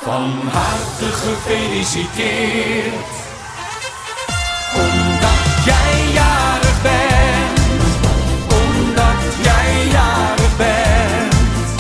Van harte gefeliciteerd, omdat jij jarig bent, omdat jij jarig bent.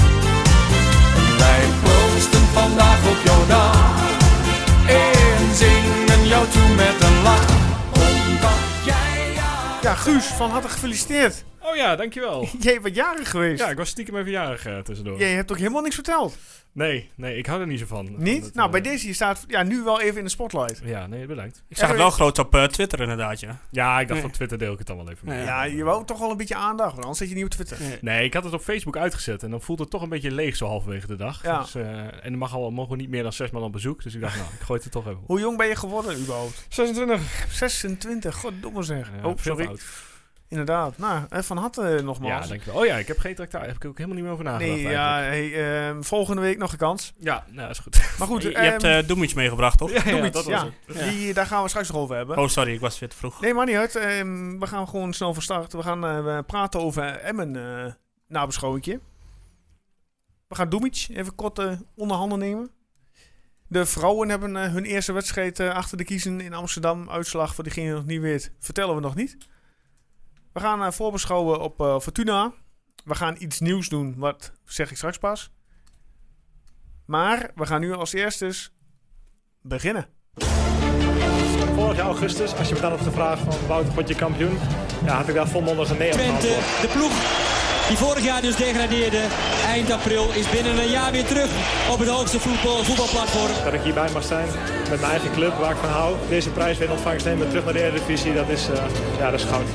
Wij proosten vandaag op jouw dag en zingen jou toe met een lach, omdat jij jarig bent. Ja, Guus, van harte gefeliciteerd. Oh ja, dankjewel. Jij bent jarig geweest. Ja, ik was stiekem even jarig tussendoor. Jij hebt ook helemaal niks verteld. Nee, ik hou er niet zo van. Niet? Dat, Nou, bij deze, je staat nu wel even in de spotlight. Ja, nee, bedankt. Ik zag het wel groot op Twitter inderdaad, ja. Ja, ik dacht van Twitter deel ik het dan wel even mee. Ja. Ja, je wou toch wel een beetje aandacht, want anders zit je niet op Twitter. Nee, ik had het op Facebook uitgezet en dan voelt het toch een beetje leeg zo halverwege de dag. Ja. Dus, en er mogen niet meer dan 6 man op bezoek. Dus ik dacht, ik gooi het er toch even op. Hoe jong ben je geworden überhaupt? 26. 26, goddomme zeg. Ja, Oh, veel sorry. te oud. Inderdaad. Nou, van harte nogmaals. Ja, dankjewel. Oh ja, ik heb geen tractaat. Heb ik ook helemaal niet meer over nagedacht. Nee, ja, volgende week nog een kans. Ja, nou, is goed. Maar goed, Je hebt Doemits meegebracht, toch? Doe iets, dat was het. Daar gaan we straks nog over hebben. Oh, sorry, ik was weer te vroeg. Nee, maar niet uit. We gaan gewoon snel van start. We gaan praten over Emmen nabeschouwingje. We gaan Doemic even kort onder handen nemen. De vrouwen hebben hun eerste wedstrijd achter de kiezen in Amsterdam. Uitslag voor degene die het nog niet weet, vertellen we nog niet. We gaan voorbeschouwen op Fortuna. We gaan iets nieuws doen, wat zeg ik straks pas. Maar we gaan nu als eerstes beginnen. Vorig jaar augustus, als je me dan op de vraag van Wouter, word je kampioen? Ja, had ik daar volmondig een nee op Twente, geantwoord. de ploeg die vorig jaar dus degradeerde, eind april, is binnen een jaar weer terug op het hoogste voetbalplatform. Dat ik hierbij mag zijn met mijn eigen club, waar ik van hou. Deze prijs weer in ontvangst nemen, terug naar de Eredivisie, dat is goud.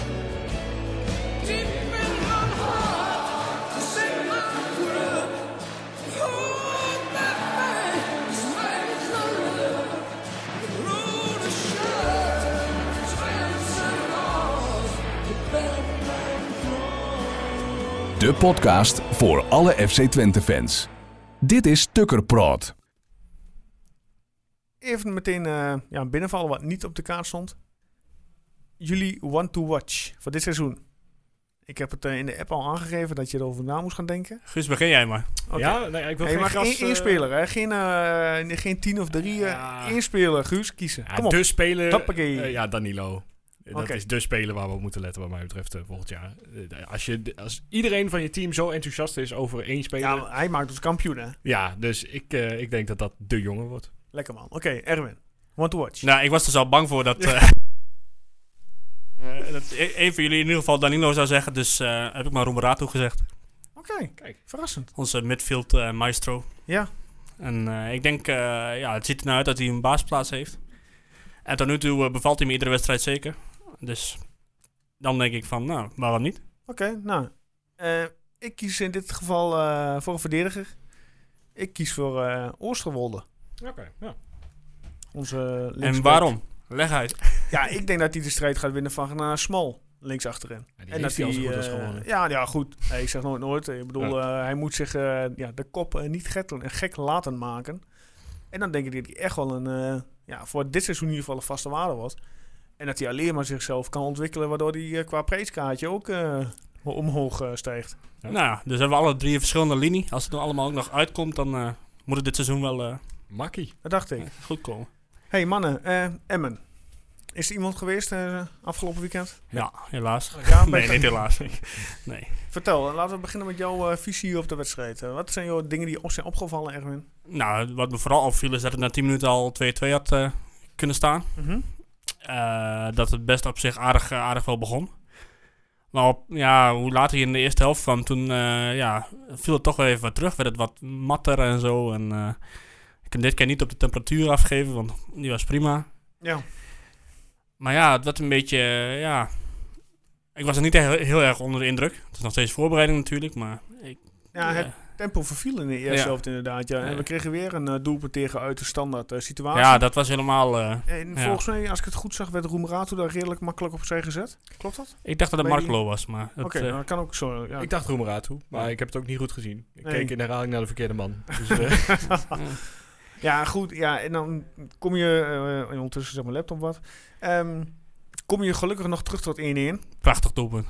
De podcast voor alle FC Twente fans. Dit is Tukkerpraat. Even meteen binnenvallen wat niet op de kaart stond. Jullie want to watch voor dit seizoen. Ik heb het in de app al aangegeven dat je erover na moest gaan denken. Guus, begin jij maar. Okay. Ja, nee, ik wil Je geen mag gras... één speler, hè? Geen 10 of 3. Één speler, Guus, kiezen. Ja, Kom op. de speler... Hoppakee. Danilo. Dat Oké. is de speler waar we op moeten letten wat mij betreft volgend jaar. Als iedereen van je team zo enthousiast is over één speler... Ja, maar hij maakt ons kampioen, hè? Ja, dus ik denk dat de jongen wordt. Lekker man. Oké, Erwin. Want to watch. Nou, ik was er al bang voor dat... dat een van jullie in ieder geval Danilo zou zeggen, dus heb ik maar Roemeratu gezegd. Oké, kijk. Verrassend. Onze midfield maestro. Ja. En ik denk, het ziet er nou uit dat hij een baasplaats heeft. En tot nu toe bevalt hij me iedere wedstrijd zeker. Dus dan denk ik van, nou, waarom niet? Oké, nou. Ik kies in dit geval voor een verdediger. Ik kies voor Oosterwolde. Oké, ja. Onze En linksback. waarom? Leg uit. Ja, ik denk dat hij de strijd gaat winnen van Smal. Links achterin. Ja, die heeft hij al zo goed als gewonnen. Ja, goed. Ik zeg nooit. Ik bedoel, hij moet zich de kop niet gek laten maken. En dan denk ik dat hij echt wel voor dit seizoen in ieder geval een vaste waarde wordt. En dat hij alleen maar zichzelf kan ontwikkelen, waardoor hij qua prijskaartje ook omhoog stijgt. Ja. Nou, dus hebben we alle 3 verschillende linie. Als het dan allemaal ook nog uitkomt, dan moet het dit seizoen wel Makkie. Dat dacht ik. goed komen. Hey mannen, Emmen. Is er iemand geweest afgelopen weekend? Ja, helaas. Ja, Nee, niet helaas. Nee. Vertel, laten we beginnen met jouw visie op de wedstrijd. Wat zijn jouw dingen die zijn opgevallen, Erwin? Nou, wat me vooral opviel is dat het na 10 minuten al 2-2 had kunnen staan. Mhm. Dat het best op zich aardig wel begon. Maar hoe later je in de eerste helft kwam, toen viel het toch wel even wat terug. Werd het wat matter en zo. En ik kan dit keer niet op de temperatuur afgeven, want die was prima. Ja. Maar ja, het werd een beetje, ik was er niet heel erg onder de indruk. Het is nog steeds voorbereiding natuurlijk, maar... Het tempo verviel in de eerste helft inderdaad. Ja. En we kregen weer een doelpunt tegen uit de standaard situatie. Ja, dat was helemaal... En volgens mij, als ik het goed zag, werd Roemeratu daar redelijk makkelijk opzij gezet. Klopt dat? Ik dacht dat het Bij Marklo was, maar... Oké, dat kan ook zo. Ja. Ik dacht Roemeratu, maar ik heb het ook niet goed gezien. Ik Nee. keek in de herhaling naar de verkeerde man. Dus, Ja, goed. Ja, en dan kom je... ondertussen zet mijn laptop wat. Kom je gelukkig nog terug tot 1-1. Prachtig doelpunt.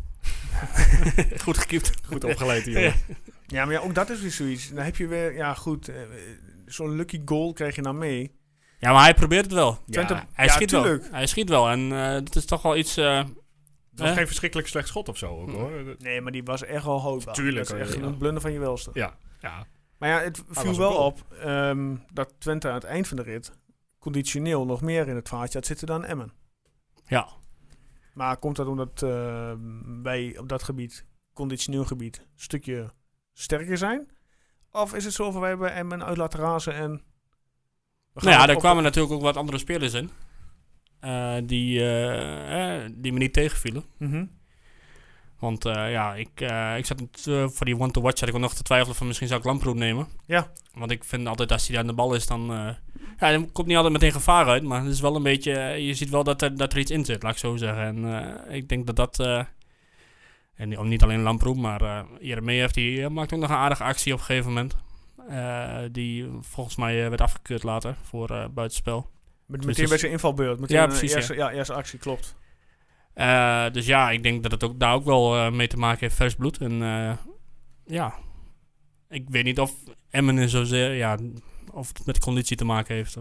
Goed gekiept. goed opgeleid hier. Ja, maar ja, ook dat is weer zoiets. Dan heb je weer... Ja, goed. zo'n lucky goal krijg je nou mee. Ja, maar hij probeert het wel. Twente, Hij schiet tuurlijk. wel. Hij schiet wel. En dat is toch wel iets... Het was geen verschrikkelijk slecht schot of zo ook, hoor. Nee, maar die was echt wel houdbaar. Tuurlijk, Dat is echt ja. een blunder van je welste. Ja. Maar ja, het viel was wel een goal. op dat Twente aan het eind van de rit conditioneel nog meer in het vaatje had zitten dan Emmen. Ja. Maar komt dat omdat wij op dat gebied, conditioneel gebied, een stukje sterker zijn? Of is het zo van wij bij Emmen uit laten razen en... Nou ja, daar kwamen natuurlijk ook wat andere spelers in. Die me niet tegenvielen. Mhm. Want ik zat voor die one-to-watch had ik wel nog te twijfelen van misschien zou ik Lamproet nemen. Ja. Want ik vind altijd als hij aan de bal is, dan dan komt niet altijd meteen gevaar uit. Maar het is wel een beetje, je ziet wel dat er iets in zit, laat ik zo zeggen. En ik denk dat en niet alleen Lamproet, maar Jeremie maakt ook nog een aardige actie op een gegeven moment. Die volgens mij werd afgekeurd later voor buitenspel. Meteen bij zijn invalbeurt. Meteen Ja, precies, eerste actie, klopt. Dus ja, ik denk dat het ook daar ook wel mee te maken heeft, vers bloed. En ik weet niet of Emmen is zozeer, of het met conditie te maken heeft.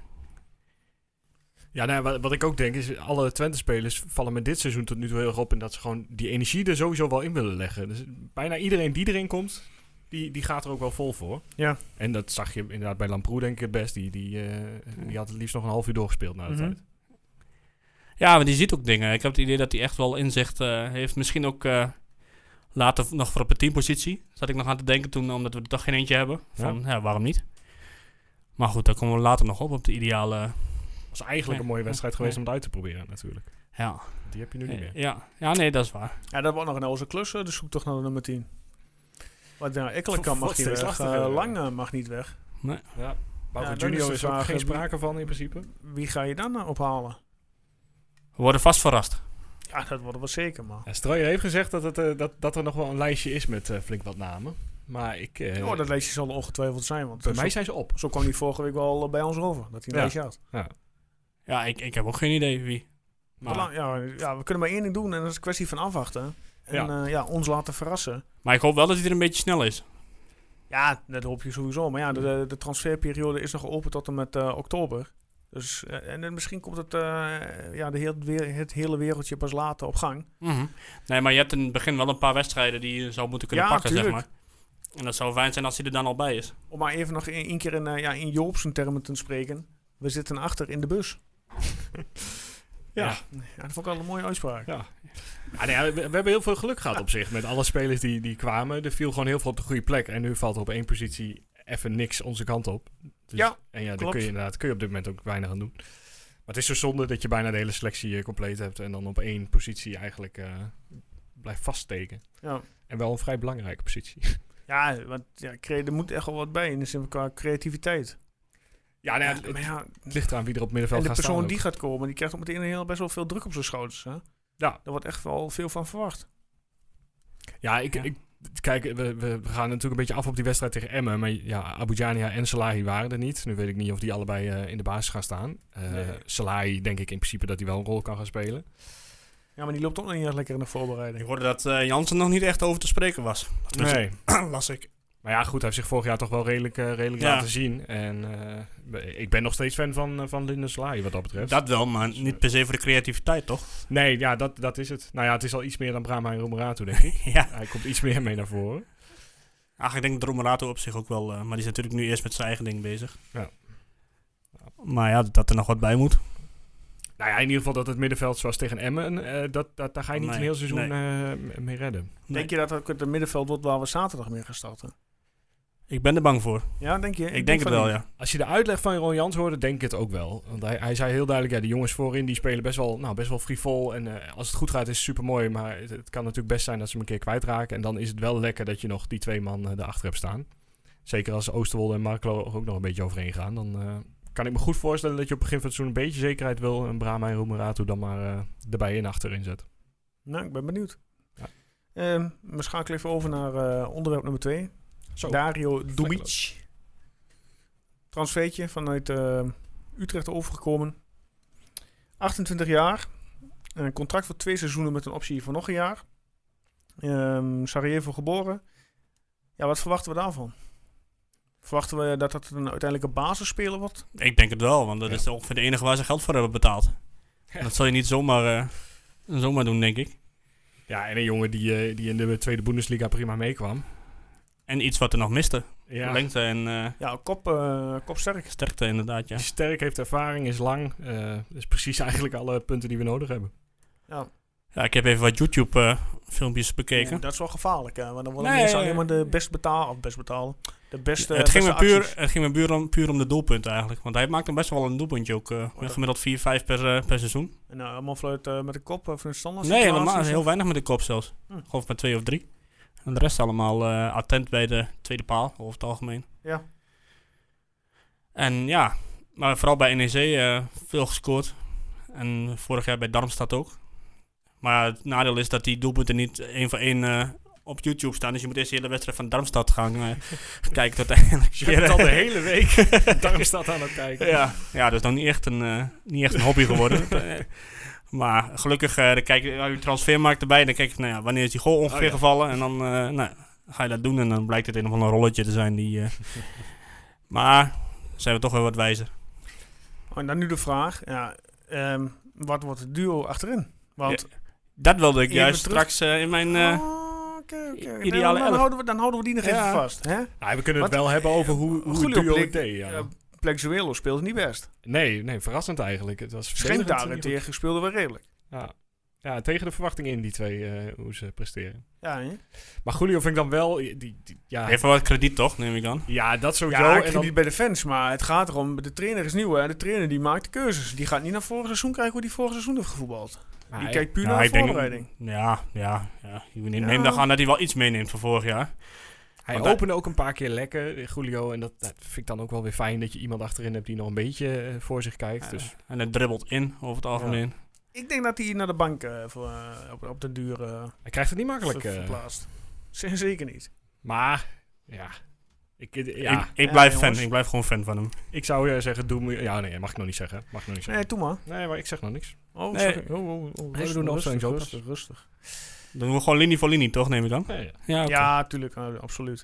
Ja, nou, wat ik ook denk is, alle Twente-spelers vallen met dit seizoen tot nu toe heel erg op in dat ze gewoon die energie er sowieso wel in willen leggen. Dus bijna iedereen die erin komt, die gaat er ook wel vol voor. Ja. En dat zag je inderdaad bij Lamproe denk ik het best. Die had het liefst nog een half uur doorgespeeld na de tijd. Ja, maar die ziet ook dingen. Ik heb het idee dat hij echt wel inzicht heeft. Misschien ook later nog voor op de teampositie. Zat ik nog aan te denken toen, omdat we er toch geen eentje hebben. Van, waarom niet? Maar goed, daar komen we later nog op de ideale... Was eigenlijk een mooie wedstrijd geweest om het uit te proberen natuurlijk. Ja. Die heb je nu niet meer. Ja, nee, dat is waar. Ja, dat wordt nog een onze klus, de zoektocht naar de nummer 10. Want Ekkelenkamp mag niet steeds weg. lastiger. Lang mag niet weg. Nee. Ja. Wouter dan Junior is de is ook vraag, geen sprake van in principe. Wie ga je dan ophalen? We worden vast verrast. Ja, dat worden we zeker, maar... Ja, Strooijer heeft gezegd dat er nog wel een lijstje is met flink wat namen. Maar dat lijstje zal er ongetwijfeld zijn. Want bij mij zijn ze op. Zo kwam hij vorige week wel bij ons over. Dat hij een lijstje had. Ja, ik heb ook geen idee wie. Maar, we kunnen maar één ding doen. En dat is een kwestie van afwachten. En ons laten verrassen. maar ik hoop wel dat hij er een beetje snel is. Ja, dat hoop je sowieso. Maar ja, de transferperiode is nog open tot en met oktober. Dus, en misschien komt het het hele wereldje pas later op gang. Mm-hmm. Nee, maar je hebt in het begin wel een paar wedstrijden die je zou moeten kunnen pakken, tuurlijk. zeg maar. En dat zou fijn zijn als hij er dan al bij is. Om maar even nog één keer in Joopsen termen te spreken. We zitten achter in de bus. Ja, dat vond ik al een mooie uitspraak. Ja. We hebben heel veel geluk gehad op zich met alle spelers die kwamen. Er viel gewoon heel veel op de goede plek. En nu valt er op één positie even niks onze kant op. Dus, en daar kun je op dit moment ook weinig aan doen. Maar het is zo zonde dat je bijna de hele selectie compleet hebt. En dan op één positie eigenlijk blijft vaststeken. Ja. En wel een vrij belangrijke positie. Ja, want er moet echt wel wat bij in de zin qua creativiteit. Het ligt eraan wie er op middenveld gaat staan. En de persoon die gaat komen, die krijgt op meteen best wel veel druk op zijn schouders. Hè? Ja. Daar wordt echt wel veel van verwacht. Ja, kijk, we gaan natuurlijk een beetje af op die wedstrijd tegen Emmen. Maar Abujania en Salahi waren er niet. Nu weet ik niet of die allebei in de basis gaan staan. Salahi denk ik in principe dat hij wel een rol kan gaan spelen. Ja, maar die loopt ook nog niet echt lekker in de voorbereiding. Ik hoorde dat Jansen nog niet echt over te spreken was. Nee. Las ik. Maar ja, goed, hij heeft zich vorig jaar toch wel redelijk laten zien. En ik ben nog steeds fan van Linden Salahi wat dat betreft. Dat wel, maar niet per se voor de creativiteit, toch? Nee, ja, dat is het. Nou ja, het is al iets meer dan Brahma en Roemerato, denk ik. Hij komt iets meer mee naar voren. Ach, ik denk dat Roemerato op zich ook wel... maar die is natuurlijk nu eerst met zijn eigen ding bezig. Ja. Maar ja, dat er nog wat bij moet. Nou ja, in ieder geval dat het middenveld zoals tegen Emmen, daar ga je niet een heel seizoen mee redden. Nee. Denk je dat het middenveld wordt waar we zaterdag mee gaan starten? Ik ben er bang voor. Ja, denk je? Ik denk het wel, ja. Als je de uitleg van Ron Jans hoorde, denk ik het ook wel. Want hij zei heel duidelijk, de jongens voorin die spelen best wel frivol. En als het goed gaat is het supermooi. Maar het kan natuurlijk best zijn dat ze hem een keer kwijtraken. En dan is het wel lekker dat je nog die twee man erachter hebt staan. Zeker als Oosterwolde en Marklo ook nog een beetje overheen gaan. Dan kan ik me goed voorstellen dat je op het begin van het seizoen een beetje zekerheid wil. En Brahma en Roemerato dan maar erbij en achterin zet. Nou, ik ben benieuwd. Ja. We schakelen even over naar onderwerp nummer 2. Zo. Dario Dumic. Transfertje vanuit Utrecht overgekomen. 28 jaar. Een contract voor 2 seizoenen met een optie voor nog een jaar. Sarajevo geboren. Ja, wat verwachten we daarvan? Verwachten we dat het een uiteindelijke basisspeler wordt? Ik denk het wel, want dat is ongeveer de enige waar ze geld voor hebben betaald. Ja. Dat zal je niet zomaar doen, denk ik. Ja, en een jongen die in de tweede Bundesliga prima meekwam. En iets wat er nog miste. Ja. Lengte en Ja, kopsterk. sterkte inderdaad, ja. Die sterk, heeft ervaring, is lang. Dus precies eigenlijk alle punten die we nodig hebben. Ja, ik heb even wat YouTube-filmpjes bekeken. Ja, dat is wel gevaarlijk, hè? Want dan worden Nee, mensen alleen maar de best betalen. De beste Het ging beste me puur om de doelpunten eigenlijk. Want hij maakt hem best wel een doelpuntje ook. Gemiddeld 4-5 per seizoen. En allemaal fluit met de kop of een standaard Nee, situaties, helemaal of- heel weinig met de kop zelfs. Geloof met 2 of 3. En de rest allemaal attent bij de tweede paal, over het algemeen. Ja. En ja, maar vooral bij NEC veel gescoord. En vorig jaar bij Darmstad ook. Maar het nadeel is dat die doelpunten niet 1 voor 1 op YouTube staan. Dus je moet eerst de hele wedstrijd van Darmstad gaan kijken tot uiteindelijk. Je hebt al de hele week Darmstad aan het kijken. Ja, dat is dan niet echt een hobby geworden. Maar gelukkig dan kijk je je transfermarkt erbij. Dan kijk je, nou ja, wanneer is die goal ongeveer gevallen. En dan ga je dat doen. En dan blijkt het een of ander rolletje te zijn. Maar zijn we toch wel wat wijzer. En dan nu de vraag. Ja, wat wordt het duo achterin? Want Dat wilde ik Even juist terug. straks in mijn... oké. ideale elf. Dan houden we die nog even vast. Hè? Nou, we kunnen het Wat- wel hebben over hoe het Julio duo Plek- het deed. Ja. Plexuelo speelde niet best. Nee, verrassend eigenlijk. Het was Schenk verdedigend niet goed. daarentegen speelde we redelijk. Ja, tegen de verwachtingen in die twee, hoe ze presteren. Ja, hè? Maar Julio vind ik dan wel... Even wat krediet toch, neem ik aan. Ja, dat sowieso. Ja, ik en vind dan, niet bij de fans, maar het gaat erom, de trainer is nieuw, hè. De trainer die maakt de keuzes. Die gaat niet naar vorig seizoen kijken hoe die vorig seizoen heeft gevoetbald. maar Die hij- kijkt puur Nou, naar ik de denk- voorbereiding. Ja. Neem dan aan dat hij wel iets meeneemt van vorig jaar. Hij Want opende ook een paar keer lekker, Julio. En dat vind ik dan ook wel weer fijn dat je iemand achterin hebt die nog een beetje voor zich kijkt. Dus En het dribbelt in, over het algemeen. Ik denk dat hij naar de bank op de duur hij krijgt het niet makkelijk. verplaatst. Zeker niet. Maar, ja. Ik Ik blijf fan. jongens. Ik blijf gewoon fan van hem. ik zou zeggen, ja, nee, mag ik nog niet zeggen. Nee, doe maar. Nee, maar ik zeg nog niks. Oh, Nee. sorry. we doen de opstelling zo pas. rustig. Dan doen we gewoon linie voor linie, toch, neem ik aan? Nee, Ja, oké. Ja, tuurlijk. Absoluut.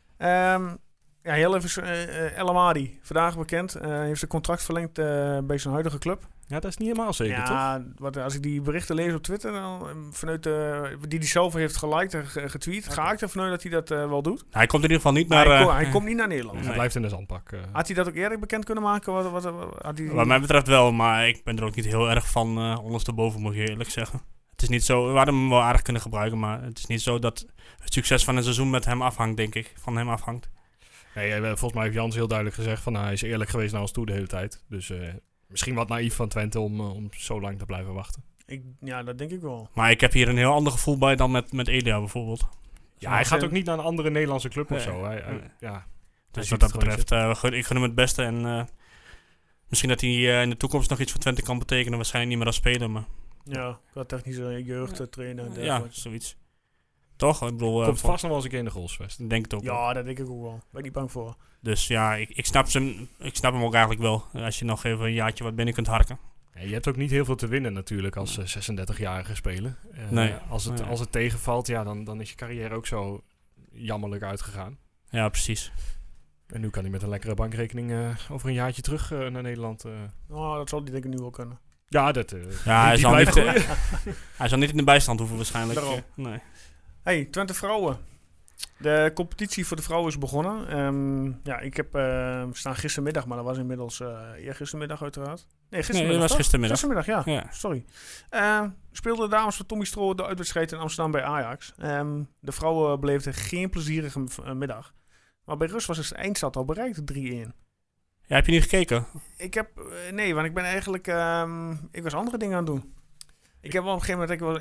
Ja, heel even. El Amadi, vandaag bekend. Heeft zijn contract verlengd bij zijn huidige club. ja, dat is niet helemaal zeker, toch? Ja, als ik die berichten lees op Twitter, dan, vanuit die hij zelf heeft geliked en getweet, ga ik ervan uit dat hij dat wel doet. Hij komt in ieder geval niet Maar naar... hij komt niet naar Nederland. Hij blijft in de zandbak. Had hij dat ook eerder bekend kunnen maken? Had hij Wat mij betreft wel, maar ik ben er ook niet heel erg van ondersteboven, moet ik eerlijk zeggen. Het is niet zo... We hadden hem wel aardig kunnen gebruiken, maar het is niet zo dat het succes van een seizoen met hem afhangt, denk ik. Van hem afhangt. Nee, volgens mij heeft Jans heel duidelijk gezegd van hij is eerlijk geweest naar ons toe de hele tijd. Dus misschien wat naïef van Twente om zo lang te blijven wachten. Ja, dat denk ik wel. Maar ik heb hier een heel ander gevoel bij dan met Elia bijvoorbeeld. Ja, hij gaat ook niet naar een andere Nederlandse club of Nee. zo. Nee. Ja. Dus ziet wat dat het gewoon betreft, ik gun hem het beste. En misschien dat hij in de toekomst nog iets voor Twente kan betekenen. Waarschijnlijk niet meer als speler, maar Ja, qua technische jeugd trainen. en ja, dergelijke. zoiets. Toch? Ik bedoel, Komt vast nog wel eens een keer in de goalsvest. ik denk het ook wel. Ja, dat denk ik ook wel. Ben ik niet bang voor. Dus ja, ik snap hem ook eigenlijk wel. Als je nog even een jaartje wat binnen kunt harken. Ja, je hebt ook niet heel veel te winnen natuurlijk als 36-jarige speler. Nee. Als het tegenvalt, ja, dan is je carrière ook zo jammerlijk uitgegaan. Ja, precies. En nu kan hij met een lekkere bankrekening over een jaartje terug naar Nederland. Nou, dat zal die denk ik nu wel kunnen. Ja, dat... Ja, hij die zal, blijft niet, groeien. hij zal niet in de bijstand hoeven waarschijnlijk. Daarom. Nee. Hey, Twente vrouwen. De competitie voor de vrouwen is begonnen. Ja, ik heb staan gistermiddag, maar dat was inmiddels gistermiddag uiteraard. Nee, gistermiddag. dat was toch? gistermiddag. Gistermiddag, ja. Ja. Sorry. Speelden de dames van Tommy Stroo de uitwedstrijd in Amsterdam bij Ajax. De vrouwen beleefden geen plezierige middag. Maar bij rust was het eindstand al bereikt, 3-1. Ja, heb je niet gekeken? Ik heb... nee, want ik ben eigenlijk... ik was andere dingen aan het doen. Ik heb wel op een gegeven moment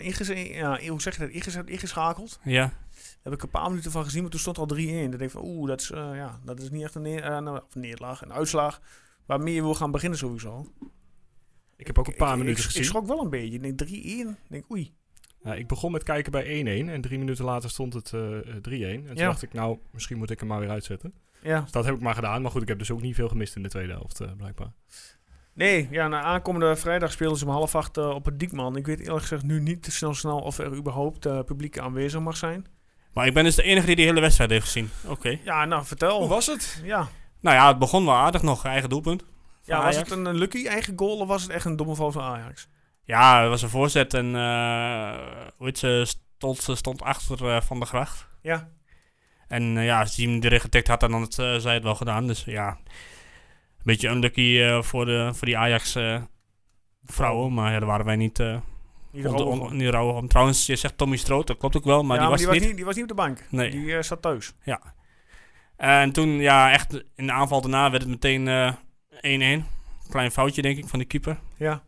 ingeschakeld. Ja. Daar heb ik een paar minuten van gezien, maar toen stond al 3-1. Dan denk ik van, dat is niet echt een neerlaag, een uitslag waarmee je wil gaan beginnen sowieso. Ik heb ook een paar minuten Ik gezien. schrok wel een beetje. Ik denk 3-1. Ik denk, oei. Ja, ik begon met kijken bij 1-1 en 3 minuten later stond het 3-1. En toen dacht ik, nou, misschien moet ik hem maar weer uitzetten. Ja. Dus dat heb ik maar gedaan. Maar goed, ik heb dus ook niet veel gemist in de tweede helft, blijkbaar. Nee, ja, na aankomende vrijdag speelden ze om 7:30 op het Diekman. Ik weet eerlijk gezegd nu niet snel of er überhaupt publiek aanwezig mag zijn. Maar ik ben dus de enige die hele wedstrijd heeft gezien. Oké. Ja, nou, vertel. Hoe was het? Ja. Nou ja, het begon wel aardig nog. Eigen doelpunt. Ja, Van was Ajax. het een lucky eigen goal of was het echt een domme fout van Ajax? Ja, het was een voorzet en stond achter Van der Gracht. Ja. En als hij hem erin getikt had, dan had zij het wel gedaan. Dus ja, een beetje unlucky voor die Ajax vrouwen. Maar ja, daar waren wij niet rauw om. Trouwens, je zegt Tommy Stroot, dat klopt ook wel. Maar die was niet. Die was niet op de bank. Nee. Die zat thuis. Ja. En toen, echt in de aanval daarna werd het meteen 1-1. Klein foutje, denk ik, van de keeper. Ja.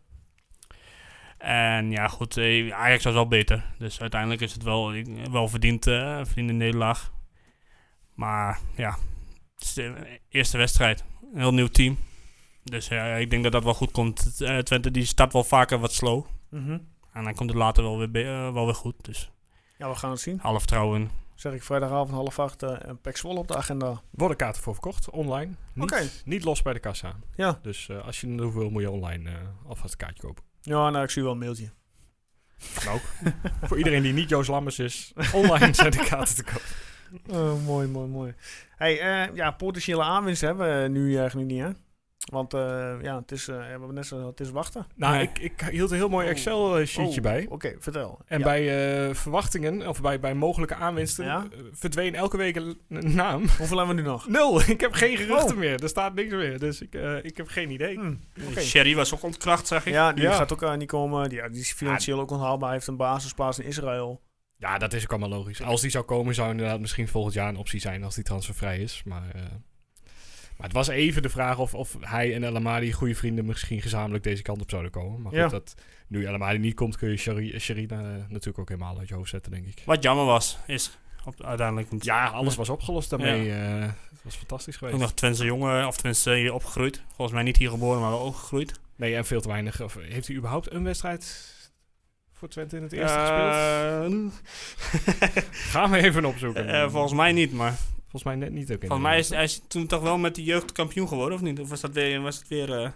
En ja, goed, Ajax was wel beter. Dus uiteindelijk is het wel verdiende nederlaag. Maar ja, het is de eerste wedstrijd. Een heel nieuw team. Dus ik denk dat dat wel goed komt. Twente die start wel vaker wat slow. Mm-hmm. En dan komt het later wel weer goed. Dus Ja, we gaan het zien. alle vertrouwen. Zeg ik vrijdagavond 7:30 een PEC Zwolle op de agenda. Worden kaarten voor verkocht, online. Oké. Niet los bij de kassa. Ja. Dus als je er naartoe wil, moet je online alvast een kaartje kopen. Ja, nou, ik zie wel een mailtje. Kan ook. Voor iedereen die niet Joost Lammers is, online zijn de kaarten te kopen. Oh, mooi. Hey, potentiële aanwinst hebben we nu eigenlijk niet, hè? Want het is, we hebben net zo, het is wachten. Nou, Nee. ik hield een heel mooi Excel-sheetje bij. Oké, vertel. En Ja. bij verwachtingen, of bij mogelijke aanwinsten, Ja? verdween elke week een naam. Hoeveel hebben we nu nog? 0. Ik heb geen geruchten meer. Er staat niks meer. Dus ik heb geen idee. Oké. Sherry was ook ontkracht, zeg ik. Ja, die Ja. gaat ook niet komen. Die is financieel ook onhaalbaar. Hij heeft een basisplaats in Israël. Ja, dat is ook allemaal logisch. Als die zou komen, zou inderdaad misschien volgend jaar een optie zijn als die transfervrij is. Maar het was even de vraag of hij en El Amadi, goede vrienden, misschien gezamenlijk deze kant op zouden komen. Maar goed, Ja. dat nu El Amadi niet komt, kun je Sherina natuurlijk ook helemaal uit je hoofd zetten, denk ik. Wat jammer was, is uiteindelijk... Ja, alles was opgelost daarmee. Het was fantastisch geweest. Ook nog Twentse jongen, of tenminste hier opgegroeid. Volgens mij niet hier geboren, maar wel opgegroeid. Nee, en veel te weinig. Of, heeft hij überhaupt een wedstrijd voor Twente in het eerste gespeeld? Gaan we even opzoeken. Volgens mij niet, maar... Volgens mij net niet ook. Volgens mij is hij toen toch wel met de jeugd kampioen geworden, of niet? Of was het weer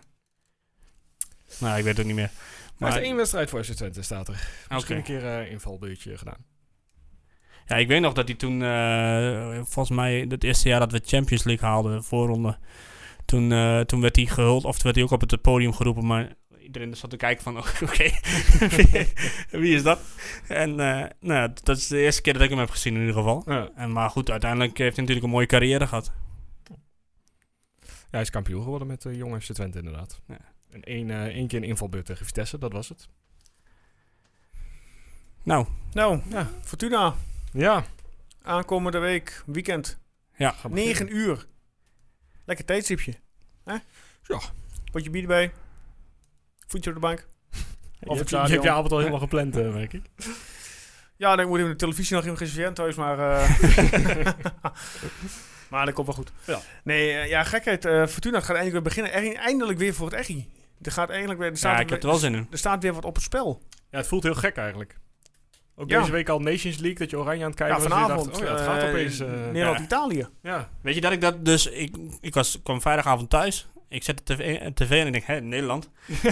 Nou, ik weet het ook niet meer. Maar Maar, één wedstrijd voor FC Twente staat er. Misschien Oké. een keer invalbeurtje gedaan. Ja, ik weet nog dat hij toen, volgens mij, het eerste jaar dat we Champions League haalden, voorronde, toen werd hij gehuld, of toen werd hij ook op het podium geroepen, maar iedereen zat te kijken van, oké, wie is dat? En dat is de eerste keer dat ik hem heb gezien in ieder geval. Ja. Maar goed, uiteindelijk heeft hij natuurlijk een mooie carrière gehad. Hij is kampioen geworden met de jonge FC Twente inderdaad. Ja. En één keer een invalbeurt tegen Vitesse, dat was het. Nou, Nou, Ja. Fortuna. Ja. Aankomende week, weekend. ja. 9 uur. Lekker tijdstipje. Hè? Ja. Potje bier erbij. Voetje op de bank. Je hebt stadion. je avond al helemaal gepland, merk ik. Ja, dan moet ik de televisie nog even reserveren thuis, maar... maar dat komt wel goed. Ja. Nee, gekheid. Fortuna gaat eindelijk weer beginnen. Eindelijk weer voor het Eggie. Er gaat eigenlijk weer... Ja, ik heb er wel zin in. Er staat weer wat op het spel. Ja, het voelt heel gek eigenlijk. Ook Ja. deze week al Nations League, dat je oranje aan het kijken Ja, was. en je vanavond. dacht, het gaat opeens... Nederland-Italië. ja. Weet je dat ik dat dus... Ik kwam vrijdagavond thuis. Ik zet de tv en ik denk, Nederland.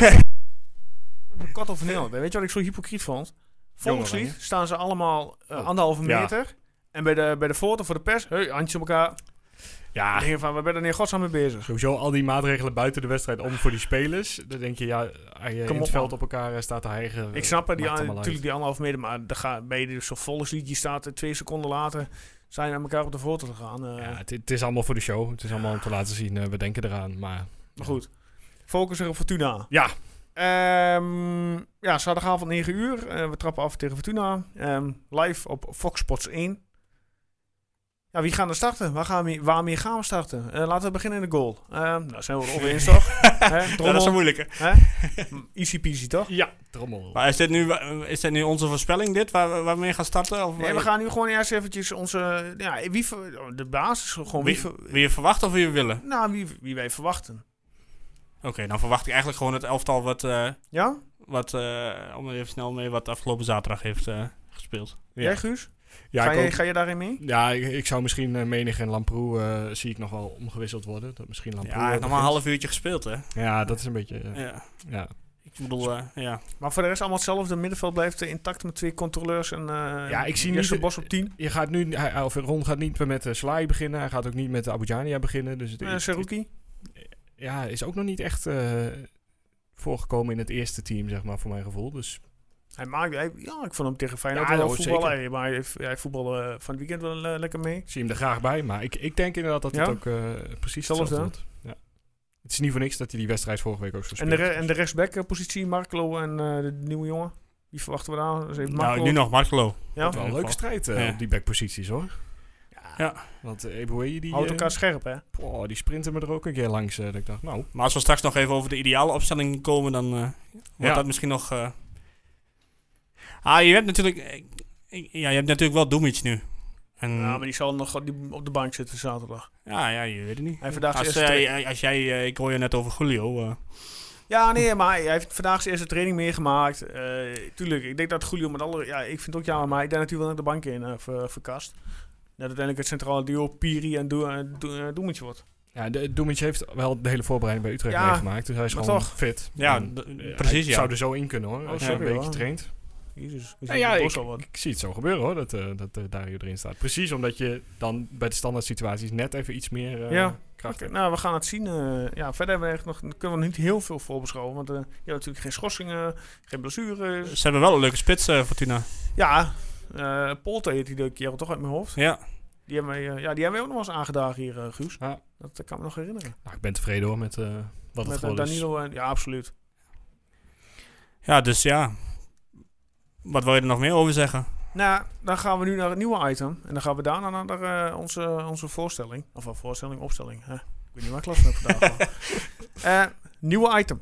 Kort over Nederland. Weet je wat ik zo hypocriet vond? Volkslied Oranje. staan ze allemaal Oh. 1,5 Ja. meter. En bij de foto voor de pers, handjes op elkaar. Ja, Ik denk van, we zijn er in godsnaam mee bezig. sowieso al die maatregelen buiten de wedstrijd om voor die spelers. Dan denk je, als je in op, het veld man. op elkaar staat te hijgen. Ik snap het, maakt allemaal natuurlijk die 1,5 meter, maar bij je zo'n volkslied, je staat 2 seconden later, zijn we met elkaar op de foto te gaan. Ja, het is allemaal voor de show. Het is allemaal om te laten zien, we denken eraan. Maar goed, focus er op Fortuna. ja, Zaterdagavond 9 uur. We trappen af tegen Fortuna. Live op Fox Sports 1. Ja, wie gaan er starten? Waarmee gaan we starten? Laten we beginnen in de goal. Nou, zijn we er over eens, toch? Hè, Ja, dat is Drommel. zo moeilijk. Hè? Easy peasy, toch? ja, trommel. Maar is dit nu onze voorspelling, dit? Waar we mee gaan starten? Of Nee, we gaan nu gewoon eerst eventjes onze... Ja, de basis, gewoon wie je verwacht of wie we willen? wie wij verwachten. Oké, dan verwacht ik eigenlijk gewoon het elftal Ja? om er even snel mee, wat afgelopen zaterdag heeft gespeeld. Ja. Jij, Guus? Ja, Ga je daarin mee? Ja, ik zou misschien Menig en Lamproe zie ik nog wel omgewisseld worden. Dat misschien Lamproe Ja, hij heeft nog maar een begint. half uurtje gespeeld, hè? Ja, dat is een beetje... Ja. ja. Ik bedoel, ja. Maar voor de rest allemaal hetzelfde. Middenveld blijft intact met 2 controleurs. En, ik zie Jesse niet... Bos op 10. Je gaat nu... Ron gaat niet met Slaaij beginnen. Hij gaat ook niet met Abujania beginnen. Dus Seruki. Ja, is ook nog niet echt voorgekomen in het eerste team, zeg maar, voor mijn gevoel. Dus... ik vond hem tegen Feyenoord Ja, wel joh, voetballen. Maar hij voetbalde van het weekend wel lekker mee. Ik zie hem er graag bij, maar ik denk inderdaad dat het ook precies hetzelfde wordt. Ja. Het is niet voor niks dat hij die wedstrijd vorige week ook zo speelt. En de rechtsback-positie, Markelo en de nieuwe jongen. Wie verwachten we daar? Dus even Nou, nu nog Markelo. Ja? Wel een leuke strijd op die backposities, hoor. Ja. Want Eboué, die... houdt elkaar scherp, hè? Die sprinten me er ook een keer langs. Dat ik dacht, nou... Maar als we straks nog even over de ideale opstelling komen, dan wordt dat misschien nog... je hebt natuurlijk... je hebt natuurlijk wel Dumic nu. En Ja, maar die zal nog op de bank zitten zaterdag. ja, je weet het niet. Hij vandaag Ik hoor je net over Julio. Ja, nee, maar hij heeft vandaag zijn eerste training meegemaakt. Tuurlijk, ik denk dat Julio met alle... Ja, ik vind het ook jammer, maar ik denk dat hij wel naar de bank in verkast. Dat uiteindelijk het centrale duo Piri en Dumic wordt. Ja, Dumic heeft wel de hele voorbereiding bij Utrecht meegemaakt. Dus hij is maar gewoon toch. fit. Ja, En, precies, hij zou er zo in kunnen, hoor. Als je een beetje traint. Jezus. Ik zie het zo gebeuren, hoor, dat Dario erin staat. Precies omdat je dan bij de standaard situaties net even iets meer kracht hebt. Nou, we gaan het zien. Verder hebben kunnen we niet heel veel voorbeschouwen. Want je hebt natuurlijk geen schorsingen, geen blessures. Ze hebben wel een leuke spits, Fortuna. Ja, Polte heet die kerel toch uit mijn hoofd. Ja. Die hebben wij ook nog eens aangedagen hier, Guus. Ja. Dat kan me nog herinneren. Nou, ik ben tevreden, hoor, met wat het gewoon is. Danilo ja, absoluut. Ja, dus ja. Wat wil je er nog meer over zeggen? Nou, dan gaan we nu naar het nieuwe item. En dan gaan we daarna naar onze voorstelling. Of een voorstelling, opstelling. Ik weet niet waar ik last van heb vandaag. Nieuwe item.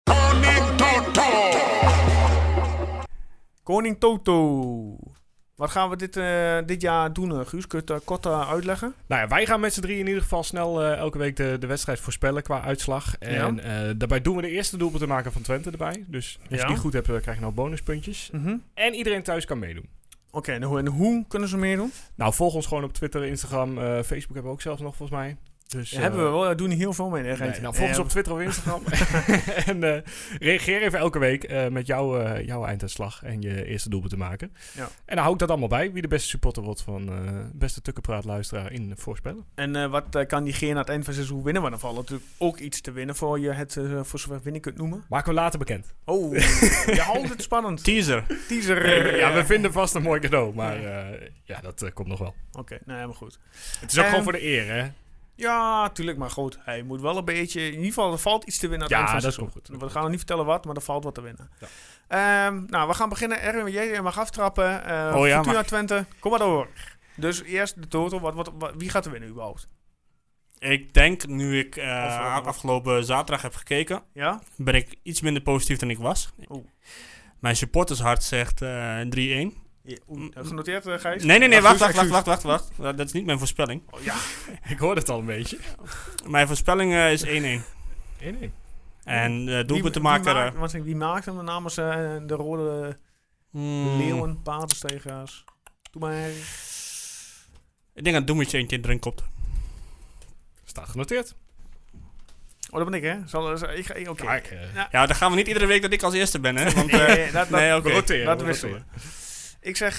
Koning Toto. Wat gaan we dit jaar doen, Guus? Kun je het kort uitleggen? Nou ja, wij gaan met z'n drie in ieder geval snel elke week de wedstrijd voorspellen qua uitslag. En daarbij doen we de eerste doelpunt te maken van Twente erbij. Dus als je die goed hebt, krijg je nog bonuspuntjes. Mm-hmm. En iedereen thuis kan meedoen. Oké, en hoe kunnen ze meedoen? Nou, volg ons gewoon op Twitter, Instagram, Facebook hebben we ook zelfs nog volgens mij. Dus, hebben we wel, we doen niet heel veel mee. Volg ons op Twitter of Instagram. En reageer even elke week met jouw einduitslag en je eerste doelpunt te maken. Ja. En dan hou ik dat allemaal bij. Wie de beste supporter wordt van beste Tukkenpraat-luisteraar in voorspellen. En wat kan diegene aan het eind van het seizoen winnen? Want dan valt natuurlijk ook iets te winnen voor je het voor zover winnen kunt noemen. Maken we later bekend. Oh, je houdt het spannend. Teaser. Ja, we vinden vast een mooi cadeau. Maar dat komt nog wel. Oké, nou helemaal goed. Het is ook gewoon voor de eer, hè? Ja, tuurlijk, maar goed. Hij moet wel een beetje... In ieder geval, er valt iets te winnen aan het eind van het seizoen. Goed. We gaan nog niet vertellen wat, maar er valt wat te winnen. Ja. We gaan beginnen. Erwin, jij mag aftrappen. Fortuna Twente, kom maar door. Dus eerst de total. Wie gaat er winnen überhaupt? Ik denk, nu ik afgelopen zaterdag heb gekeken, ben ik iets minder positief dan ik was. Mijn supportershart zegt 3-1. Genoteerd, Gijs? Nee, wacht. Dat is niet mijn voorspelling. Oh, ja, ik hoorde het al een beetje. Mijn voorspelling is 1-1. 1-1. En doelpuntenmaker... Wie maakt hem namens de rode leeuwen, paardenstegers? Doe maar. Ik denk dat Dumic eentje erin komt. Staat genoteerd. Oh, dat ben ik, hè? Oké. Ja, dan gaan we niet iedere week dat ik als eerste ben, hè? Want, oké. Dat wisselen we. Ik zeg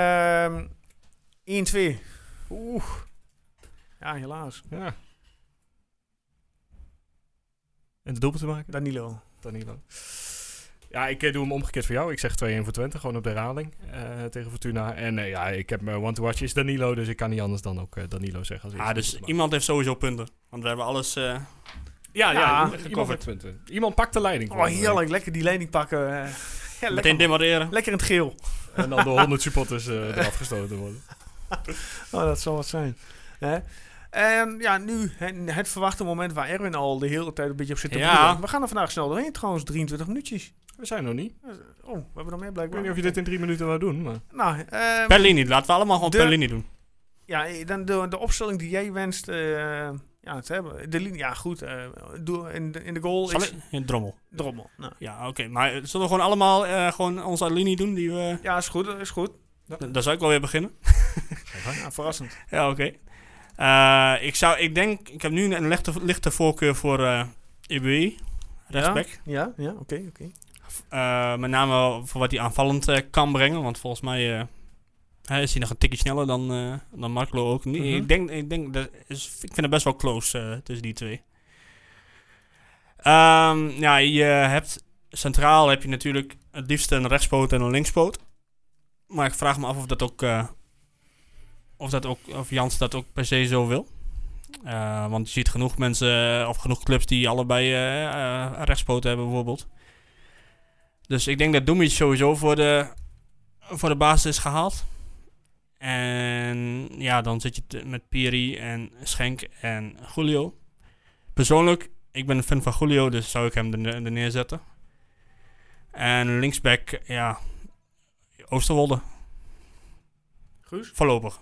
1-2. Oeh. Ja, helaas. Ja. En de doelpunt te maken? Danilo. Ja, ik doe hem omgekeerd voor jou. Ik zeg 2-1 voor Twente, gewoon op de herhaling tegen Fortuna. En ik heb mijn one-to-watch is Danilo, dus ik kan niet anders dan ook Danilo zeggen. Als dus iemand heeft sowieso punten. Want we hebben alles gecoverd. Iemand pakt de leiding. Oh, heerlijk. Lekker die leiding pakken. Meteen demareren. Lekker in het geel. En dan door 100 supporters eraf gestoten worden. Dat zal wat zijn. En nu het verwachte moment waar Erwin al de hele tijd een beetje op zit te broeden. We gaan er vandaag snel doorheen, trouwens 23 minuutjes. We zijn nog niet. Oh, we hebben nog meer blijkbaar. Ik weet niet of je dit in 3 minuten wou doen, maar... Nou, Perlini, laten we allemaal gewoon Perlini doen. Ja, dan de opstelling die jij wenst te hebben. De linie, ja goed. In de goal is... Drommel. Nou. Ja, oké. Maar zullen we gewoon allemaal gewoon onze linie doen? Die we... Ja, is goed. Daar zou ik wel weer beginnen. Ja, verrassend. Ja, oké. Ik heb nu een lichte voorkeur voor Eboué, rechtsback. Ja, oké. Met name voor wat hij aanvallend kan brengen. Want volgens mij is hij nog een tikje sneller dan Markelo ook. Ik vind het best wel close tussen die twee. Je hebt centraal heb je natuurlijk het liefst een rechtspoot en een linkspoot. Maar ik vraag me af of Jans dat ook per se zo wil. Want je ziet genoeg mensen of genoeg clubs die allebei rechtspoten hebben bijvoorbeeld. Dus ik denk dat Dumic sowieso voor de basis is gehaald. En ja, dan zit je met Piri en Schenk en Julio. Persoonlijk, ik ben een fan van Julio, dus zou ik hem er neerzetten. En linksback, ja, Oosterwolde. Guus? Voorlopig.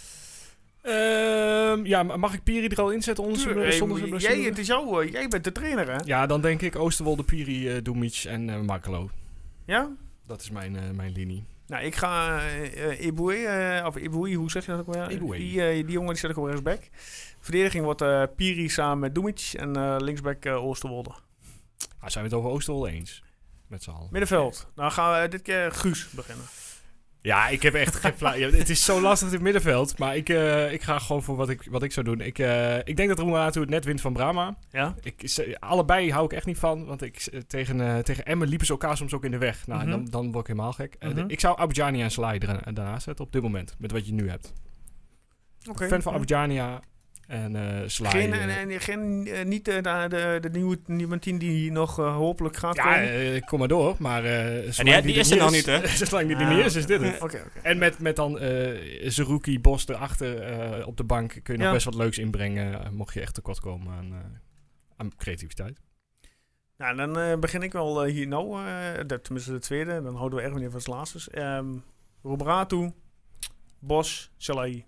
Mag ik Piri er al inzetten? Jij bent de trainer, hè? Ja, dan denk ik Oosterwolde, Piri, Dumic en Markelo. Ja? Dat is mijn linie. Nou, ik ga Eboué, hoe zeg je dat ook weer? Eboué. Die jongen die zet ik op rechtsback. Verdediging wordt Piri samen met Dumic en linksback Oosterwolde. Zijn we het over Oosterwolde eens? Met z'n allen. Middenveld. Dan gaan we dit keer Guus beginnen. Ja, ik heb echt geen het is zo lastig in het middenveld. Maar ik ga gewoon voor wat ik zou doen. Ik denk dat Roemerato het net wint van Brahma. Ja? Allebei hou ik echt niet van. Want tegen Emmen liepen ze elkaar soms ook in de weg. Nou, dan word ik helemaal gek. Ik zou Abidjania en Salai daarnaast zetten op dit moment. Met wat je nu hebt. Okay. Fan van Abidjania en Salai. Niet de nieuwe team die nog hopelijk gaat komen? Ja, kom maar door. Maar die is er nog niet, hè? Zolang die er niet is dit het. Okay. En met dan Zerouki, Bos erachter op de bank kun je nog best wat leuks inbrengen. Mocht je echt tekort komen aan creativiteit. Nou, dan begin ik wel hier nou. Tenminste de tweede. Dan houden we Erwin even als laatste. Roberatu, Bos, Salai.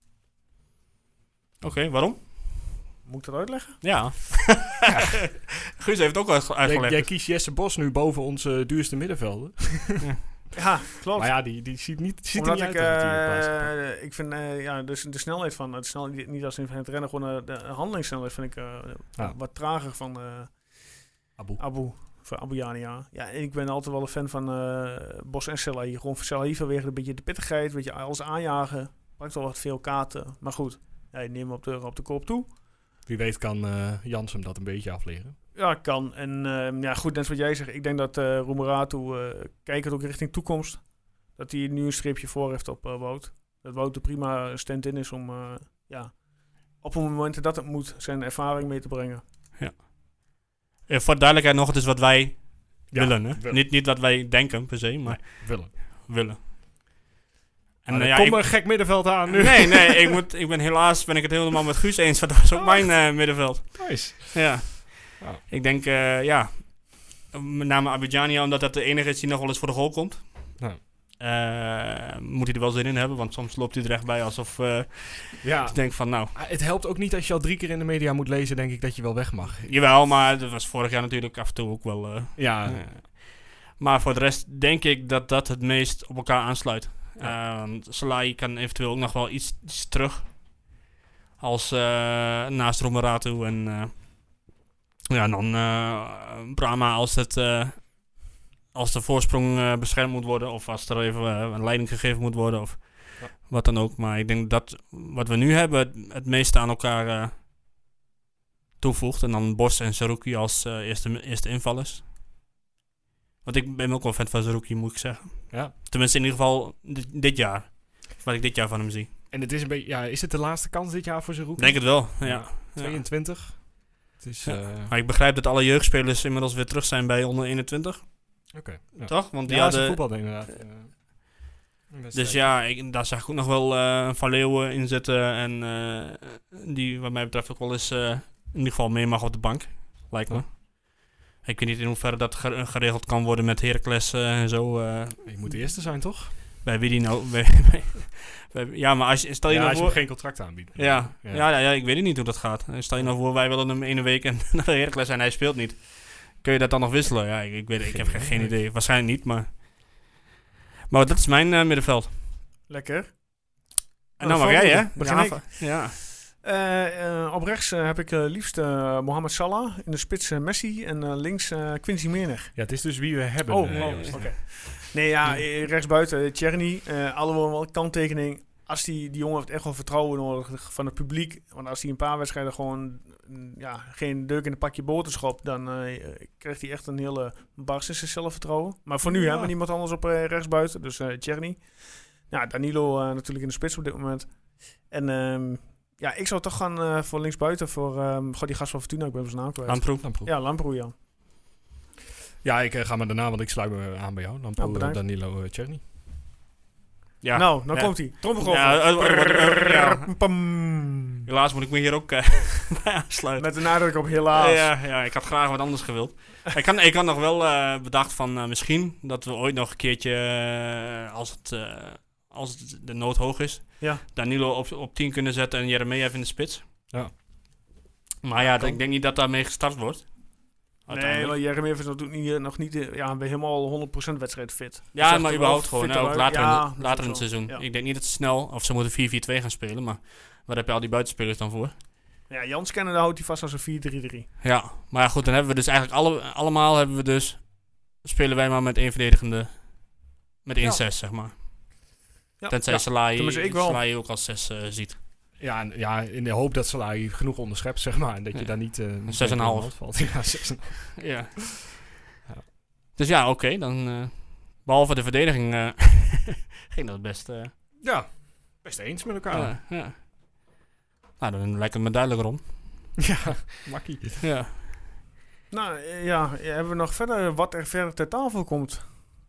Oké, waarom? Moet ik dat uitleggen? Ja. Guus heeft het ook al uitgelegd. Jij kiest Jesse Bos nu boven onze duurste middenvelden. Ja, klopt. Maar ja, die ziet niet Omdat uit. ik vind de snelheid van het niet als in het rennen, gewoon de handelingssnelheid vind ik wat trager van Abu Jania. Ja, ik ben altijd wel een fan van Bos en Salai. Gewoon voor Salai vanwege een beetje de pittigheid, weet je, alles aanjagen. Pakt wel wat veel kaarten, maar goed. Ja, je neemt hem op de koop toe. Wie weet kan Jans hem dat een beetje afleren. Ja, kan. En goed, net wat jij zegt. Ik denk dat Roemerato kijkt ook richting toekomst. Dat hij nu een streepje voor heeft op Wout. Dat Wout er prima stand-in is om op het moment dat het moet zijn ervaring mee te brengen. Ja. Voor duidelijkheid nog, het is wat wij willen. Hè? Willen. Niet wat wij denken per se, maar willen. En kom een gek middenveld aan nu. Nee, ben ik het helemaal met Guus eens. Dat is ook mijn middenveld. Nice. Ja. Wow. Ik denk, met name Abidjania, omdat dat de enige is die nog wel eens voor de goal komt. Ja. Moet hij er wel zin in hebben, want soms loopt hij er echt bij alsof ik denk van nou. Het helpt ook niet als je al 3 keer in de media moet lezen, denk ik, dat je wel weg mag. Jawel, maar dat was vorig jaar natuurlijk af en toe ook wel. Maar voor de rest denk ik dat het meest op elkaar aansluit. Salai kan eventueel ook nog wel iets terug. Als naast Roemerato en dan Brahma als de voorsprong beschermd moet worden. Of als er even een leiding gegeven moet worden. Of wat dan ook. Maar ik denk dat wat we nu hebben het meeste aan elkaar toevoegt. En dan Bos en Zerouki als eerste invallers. Want ik ben ook wel fan van Zerouki, moet ik zeggen. Ja. Tenminste in ieder geval dit jaar. Wat ik dit jaar van hem zie. En het is een beetje, is het de laatste kans dit jaar voor Zerouki? Denk het wel, ja. 22. Het is, maar ik begrijp dat alle jeugdspelers inmiddels weer terug zijn bij onder 21. Oké. Ja. Toch? Want die hadden voetbal inderdaad. Dus daar zag ik ook nog wel Van Leeuwen in zitten. En die wat mij betreft ook wel eens in ieder geval mee mag op de bank. Lijkt me. Ik weet niet in hoeverre dat geregeld kan worden met Heracles en zo. Je moet de eerste zijn, toch? Bij wie die nou... ja, maar stel je nou voor... Als je geen contract aanbiedt. Ja, ik weet niet hoe dat gaat. Stel je nou voor, wij willen hem ene week en naar Heracles en hij speelt niet. Kun je dat dan nog wisselen? Ja, ik heb geen idee. Waarschijnlijk niet, maar dat is mijn middenveld. Lekker. En nou mag jij, hè? Begin ik? Ja. Op rechts heb ik liefst Mohamed Salah. In de spits Messi. En links Quincy Menig. Ja, het is dus wie we hebben. Oké. Nee, ja, rechtsbuiten Tjerni. Alhoewel wel kanttekening. Als die jongen heeft echt wel vertrouwen nodig van het publiek. Want als hij een paar wedstrijden gewoon geen deuk in een pakje boter schopt, dan krijgt hij echt een hele barst in zijn zelfvertrouwen. Maar voor nu hebben we niemand anders op rechtsbuiten. Dus Tjerni. Ja, Danilo natuurlijk in de spits op dit moment. En ik zou toch gaan voor linksbuiten voor die gast van Fortuna. Ik ben zijn naam kwijt. Lamproe. Ja, Lamproe, ja. Ja, ik ga maar daarna, want ik sluit me aan bij jou. Lamproe, Danilo, Tjerni. Ja. Nou, dan komt hij. Trommelgroffel. Helaas moet ik me hier ook bij aansluiten. Met de nadruk op helaas. Ja, ik had graag wat anders gewild. Ik had nog wel bedacht van misschien dat we ooit nog een keertje, als het de nood hoog is, Danilo op 10 kunnen zetten en Jeremejeff in de spits. Ja. Maar ja, ik denk niet dat daarmee gestart wordt. Nee, maar Jeremejeff is natuurlijk nog niet helemaal 100% wedstrijd fit. Ja, maar überhaupt gewoon. Ook later in het seizoen. Ja. Ik denk niet dat ze snel, of ze moeten 4-4-2 gaan spelen, maar waar heb je al die buitenspelers dan voor? Ja, Jans kennen, daar houdt hij vast als een 4-3-3. Ja, maar goed, dan hebben we dus eigenlijk allemaal spelen wij maar met één verdedigende, met 1-6, zeg maar. Ja. Tenzij Salahi ook als 6 ziet. Ja, in de hoop dat Salahi genoeg onderschept, zeg maar. En dat je daar niet... 6,5 valt. Ja, 6,5. Ja. Dus ja, oké, dan... behalve de verdediging ging dat best... best eens met elkaar. Ja. Nou, dan lijkt het me duidelijk rond. Ja, makkie. Ja. Nou, hebben we nog verder wat er verder ter tafel komt?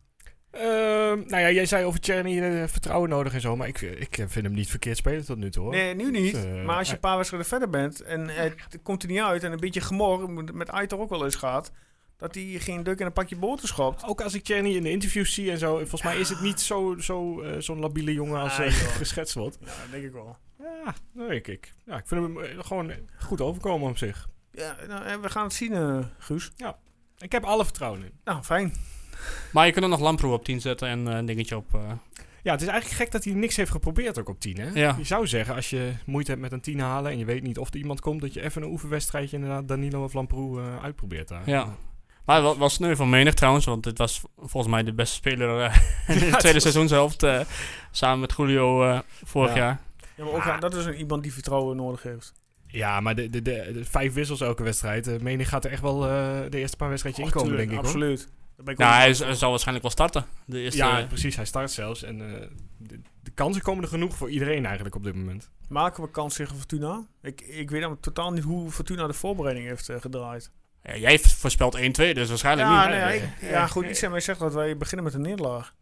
Jij zei over Tjerni vertrouwen nodig en zo, maar ik vind hem niet verkeerd spelen tot nu toe, hoor. Nee, nu niet. Maar als je een paar wedstrijden verder bent en het komt er niet uit en een beetje gemor met Aitor ook wel eens gaat, dat hij geen duk in een pakje boter schopt. Ook als ik Tjerni in de interviews zie en zo, volgens mij is het niet zo'n labiele jongen als geschetst wordt. Ja, dat denk ik wel. Ja, ik vind hem gewoon goed overkomen op zich. Ja, we gaan het zien, Guus. Ja, ik heb alle vertrouwen in. Nou, fijn. Maar je kunt er nog Lamproe op 10 zetten en een dingetje op... Ja, het is eigenlijk gek dat hij niks heeft geprobeerd ook op 10, hè? Ja. Je zou zeggen, als je moeite hebt met een 10 halen en je weet niet of er iemand komt, dat je even een oefenwedstrijdje inderdaad Danilo of Lamproe uitprobeert daar. Ja. Maar wel sneu van Menig trouwens, want dit was volgens mij de beste speler in de tweede seizoenshelft. Samen met Julio vorig jaar. Ja, maar ook dat is iemand die vertrouwen nodig heeft. Ja, maar de 5 wissels elke wedstrijd. Menig gaat er echt wel de eerste paar wedstrijdjes inkomen, denk ik. Absoluut. Hij zal waarschijnlijk wel starten. De eerste, ja, precies. Hij start zelfs. En de kansen komen er genoeg voor iedereen eigenlijk op dit moment. Maken we kans tegen Fortuna? Ik weet dan totaal niet hoe Fortuna de voorbereiding heeft gedraaid. Ja, jij voorspelt 1-2, dus waarschijnlijk niet. Goed, iets aan mij zegt dat wij beginnen met een nederlaag.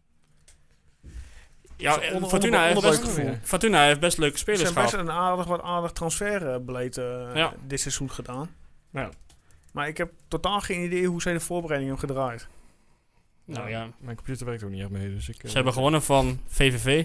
Ja, Fortuna heeft best leuke spelers gehad. Ze hebben best een aardig transferbeleid dit seizoen gedaan. Ja. Maar ik heb totaal geen idee hoe zij de voorbereiding hebben gedraaid. Nou ja, mijn computer werkt ook niet echt mee. Dus ze hebben gewonnen van VVV.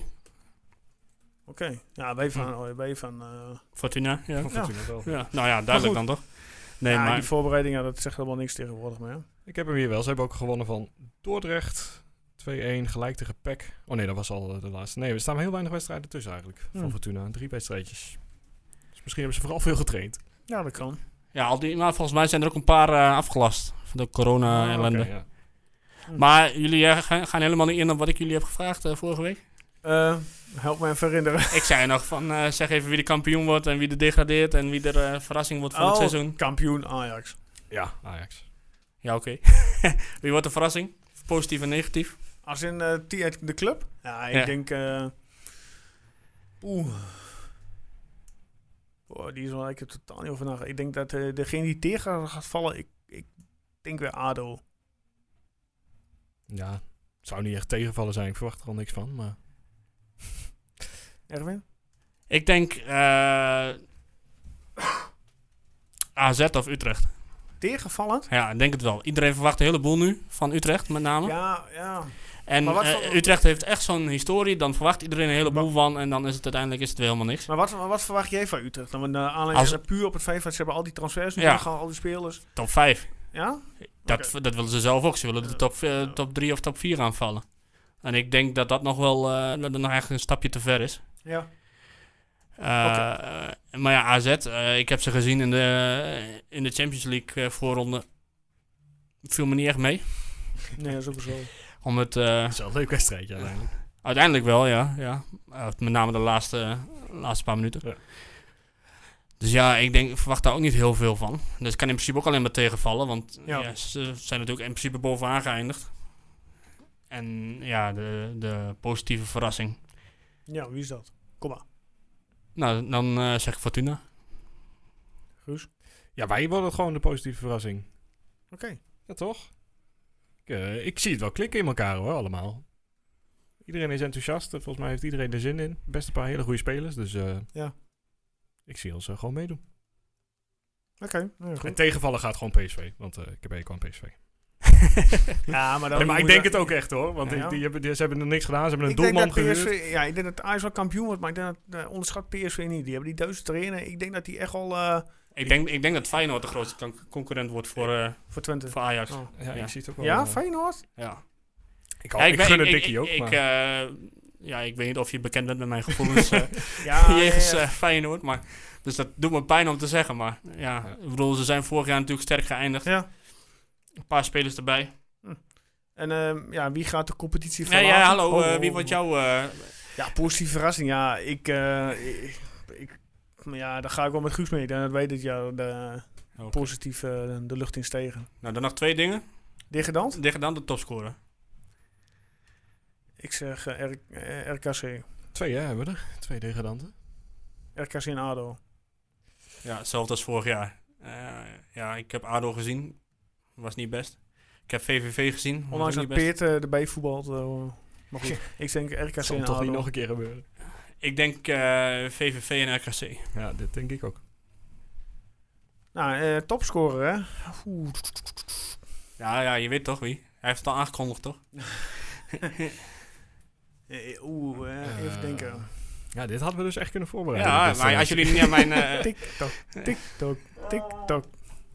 Oké. Ja, wij van Fortuna. Ja. Van Fortuna wel. Ja. Nou ja, duidelijk dan toch? Nee, maar die voorbereiding, dat zegt helemaal niks tegenwoordig meer. Ik heb hem hier wel. Ze hebben ook gewonnen van Dordrecht. 2-1, gelijk tegen PEC. Oh nee, dat was al de laatste. Nee, er staan heel weinig wedstrijden tussen eigenlijk. Van Fortuna. 3 wedstrijdjes. Dus misschien hebben ze vooral veel getraind. Ja, dat kan. Ja, maar volgens mij zijn er ook een paar afgelast. Van de corona-ellende. Okay, ja. Maar jullie gaan helemaal niet in op wat ik jullie heb gevraagd vorige week? Help me even herinneren. Ik zei nog van, zeg even wie de kampioen wordt en wie er degradeert en wie er verrassing wordt van het seizoen. Kampioen Ajax. Ja, Ajax. Ja, oké. Wie wordt de verrassing? Positief en negatief? Als in de club? Ja, ik denk... die is wel... Ik heb er totaal niet over nagedacht. Ik denk dat degene die tegen gaat vallen... Ik denk weer ADO. Ja, het zou niet echt tegenvallen zijn. Ik verwacht er al niks van, maar... Erwin? Ik denk... AZ of Utrecht. Tegenvallend? Ja, ik denk het wel. Iedereen verwacht een heleboel nu van Utrecht met name. Ja. En Utrecht heeft echt zo'n historie. Dan verwacht iedereen een heleboel van. En dan is het uiteindelijk weer helemaal niks. Maar wat verwacht jij van Utrecht? Dan aanleiding puur op het feit dat ze hebben al die transfers nu gaan, al die spelers. Top 5. Ja? Dat willen ze zelf ook. Ze willen de top 3 of top 4 aanvallen. En ik denk dat nog wel dat er nog echt een stapje te ver is. Ja. Maar ja, AZ, ik heb ze gezien in de Champions League voorronde. Viel me niet echt mee. Nee, dat is ook zo. Het Dat is wel een leuk wedstrijdje uiteindelijk. uiteindelijk wel, ja. Met name de laatste paar minuten. Ja. Dus ja, ik verwacht daar ook niet heel veel van. Dus het kan in principe ook alleen maar tegenvallen. Want ze zijn natuurlijk in principe bovenaan geëindigd. En ja, de positieve verrassing. Ja, wie is dat? Kom maar. Nou, dan zeg ik Fortuna. Guus? Ja, wij worden gewoon de positieve verrassing. Oké. Ja, toch? Ik zie het wel klikken in elkaar hoor, allemaal. Iedereen is enthousiast. Volgens mij heeft iedereen er zin in. Best een paar hele goede spelers. Dus Ja. ik zie ons gewoon meedoen. Oké. Ja, goed. En tegenvallen gaat gewoon PSV. Want ik heb hekel aan PSV. Ja, maar dan Nee, maar ik moet denk je- het ook echt hoor. Want Ja. ze hebben er niks gedaan. Ze hebben een Ik denk doelman dat gehuurd. PSV, ja, ik denk dat Ajax wel kampioen wordt, maar ik denk dat onderschat PSV niet. Die hebben die Duitse trainer. Ik denk dat die echt al Ik denk dat Feyenoord de grootste concurrent wordt voor voor Twente. Ajax. Oh. Ja, Ja. ik zie het ook wel. Ja, Feyenoord? Ja. Ik gun het Dikkie ook. Maar Ik weet niet of je bekend bent met mijn gevoelens Ja, jegens ja. Feyenoord. Maar, dus dat doet me pijn om te zeggen. Maar ja, ik bedoel, ze zijn vorig jaar natuurlijk sterk geëindigd. Ja. Een paar spelers erbij. En ja, wie gaat de competitie Nee, verlaten? hallo, wie wordt jouw... Ja, positieve verrassing. Ja, ja, daar ga ik wel met Guus mee. Dan weet ik jou Oké. positief de lucht in stegen. Nou, dan nog 2 dingen. Dichtgedand? Dan de topscorer. Ik zeg RKC. 2 hebben we er. 2 degradanten. RKC en ADO. Ja, hetzelfde als vorig jaar. Ja, ik heb ADO gezien. Was niet best. Ik heb VVV gezien. Was Ondanks ook dat niet best. Peert erbij voetbalt. Maar goed, ik denk RKC Zal en toch niet ADO. nog een keer gebeuren. Ik denk VVV en RKC. Ja, dit denk ik ook. Nou, topscorer hè. Oeh. Ja, je weet toch wie. Hij heeft het al aangekondigd, toch? Even denken. Ja, dit hadden we dus echt kunnen voorbereiden. Ja, Dus, maar als jullie niet aan mijn... Tik-tok, tik-tok, tik-tok.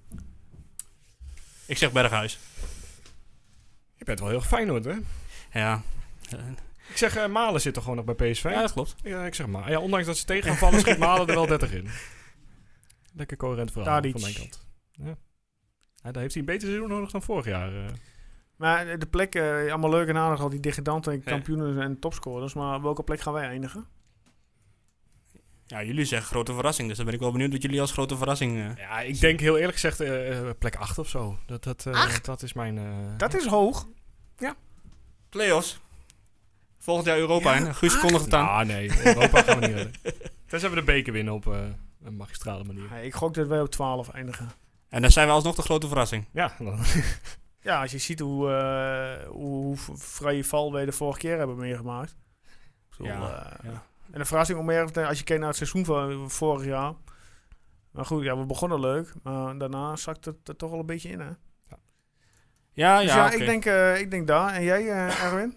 Ik zeg Berghuis. Je bent wel heel fijn hoor, hè? Ja. Ik zeg, Malen zit toch gewoon nog bij PSV? Ja, dat klopt. Ja, ik zeg maar. Ja, ondanks dat ze tegen gaan vallen, schiet Malen er wel 30 in. Lekker coherent verhaal Tadic. van mijn kant. Ja. Ja, daar heeft hij een beter seizoen nodig dan vorig jaar. Maar de plek, allemaal leuk en aardig, al die degradanten, kampioenen en topscorers. Maar op welke plek gaan wij eindigen? Ja, jullie zeggen grote verrassing. Dus dan ben ik wel benieuwd wat jullie als grote verrassing... Ja, ik denk heel eerlijk gezegd plek 8 of zo. Dat is mijn... Dat is hoog. Playoffs. Volgend jaar Europa. Ja, En Guus kondigt het aan. Ah, nee. Europa gaan we niet redden. Tenzij we de beker winnen op een magistrale manier. Ja, ik gok dat wij op 12 eindigen. En dan zijn we alsnog de grote verrassing. Ja, dan, Ja, als je ziet hoe vrije val wij de vorige keer hebben meegemaakt. Ik bedoel, Ja. En de verrassing als je kijkt naar het seizoen van vorig jaar. Maar goed, ja, we begonnen leuk. Maar daarna zakt het er toch wel een beetje in, hè? Ja, Dus oké. ik denk daar. En jij, Erwin?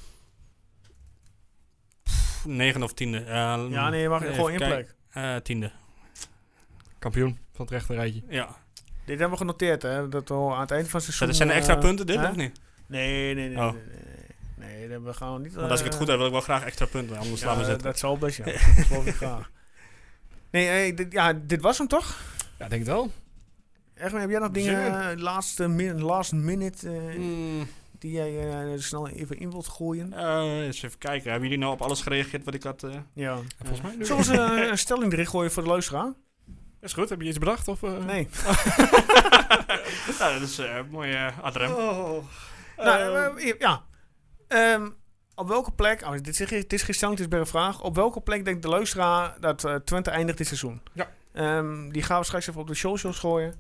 9 of 10e. Ja, nee, je mag gewoon één plek. 10e. kampioen van het rechte rijtje. Ja. Dit hebben we genoteerd, hè? Dat we aan het eind van het seizoen... Zijn er extra punten dit, hè? of niet? Nee. Oh. Nee, dat gaan we niet... Want als ik het goed heb, wil ik wel graag extra punten. Anders ja, laten we zitten. dat zal best, ja. Dat geloof ik graag. Nee, dit was hem toch? Ja, denk het wel. Erwin, heb jij nog dingen last minute Mm, die jij er snel even in wilt gooien? eens even kijken. Hebben jullie nou op alles gereageerd wat ik had? Ja. Volgens mij nu. Zullen we een stelling erin gooien voor de luisteraar? Is goed. Heb je iets bedacht? Of, Nee. Ja, dat is mooi adrem. Ja. Op welke plek... Oh, dit is geen stelling, het is bij een vraag. Op welke plek denkt de luisteraar dat Twente eindigt dit seizoen? Ja. Die gaan we straks even op de socials gooien.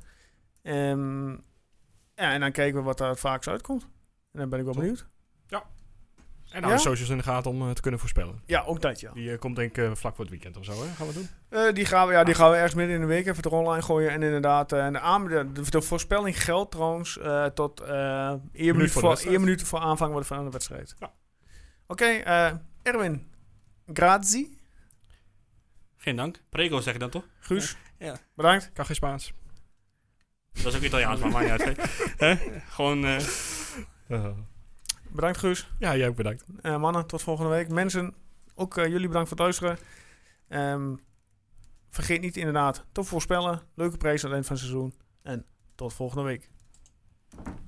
En dan kijken we wat er het vaakst uitkomt. En dan ben ik wel benieuwd. En nou, de socials in de gaten om te kunnen voorspellen. Ja, ook dat, ja. Die komt denk ik vlak voor het weekend of zo, hè? Gaan we doen? Die gaan we ergens midden in de week even er online gooien. En inderdaad, de voorspelling geldt trouwens tot minuten voor aanvang van de wedstrijd. Ja. Oké, Erwin, grazie. Geen dank. Prego zeg je dan toch? Guus, Ja. bedankt. Kan geen Spaans. Dat is ook Italiaans, maar maakt niet uit. Hè? Gewoon... Bedankt, Guus. Ja, jij ook bedankt. Mannen, tot volgende week. Mensen, ook jullie bedankt voor het luisteren. vergeet niet inderdaad te voorspellen. Leuke prijs aan het eind van het seizoen. En tot volgende week.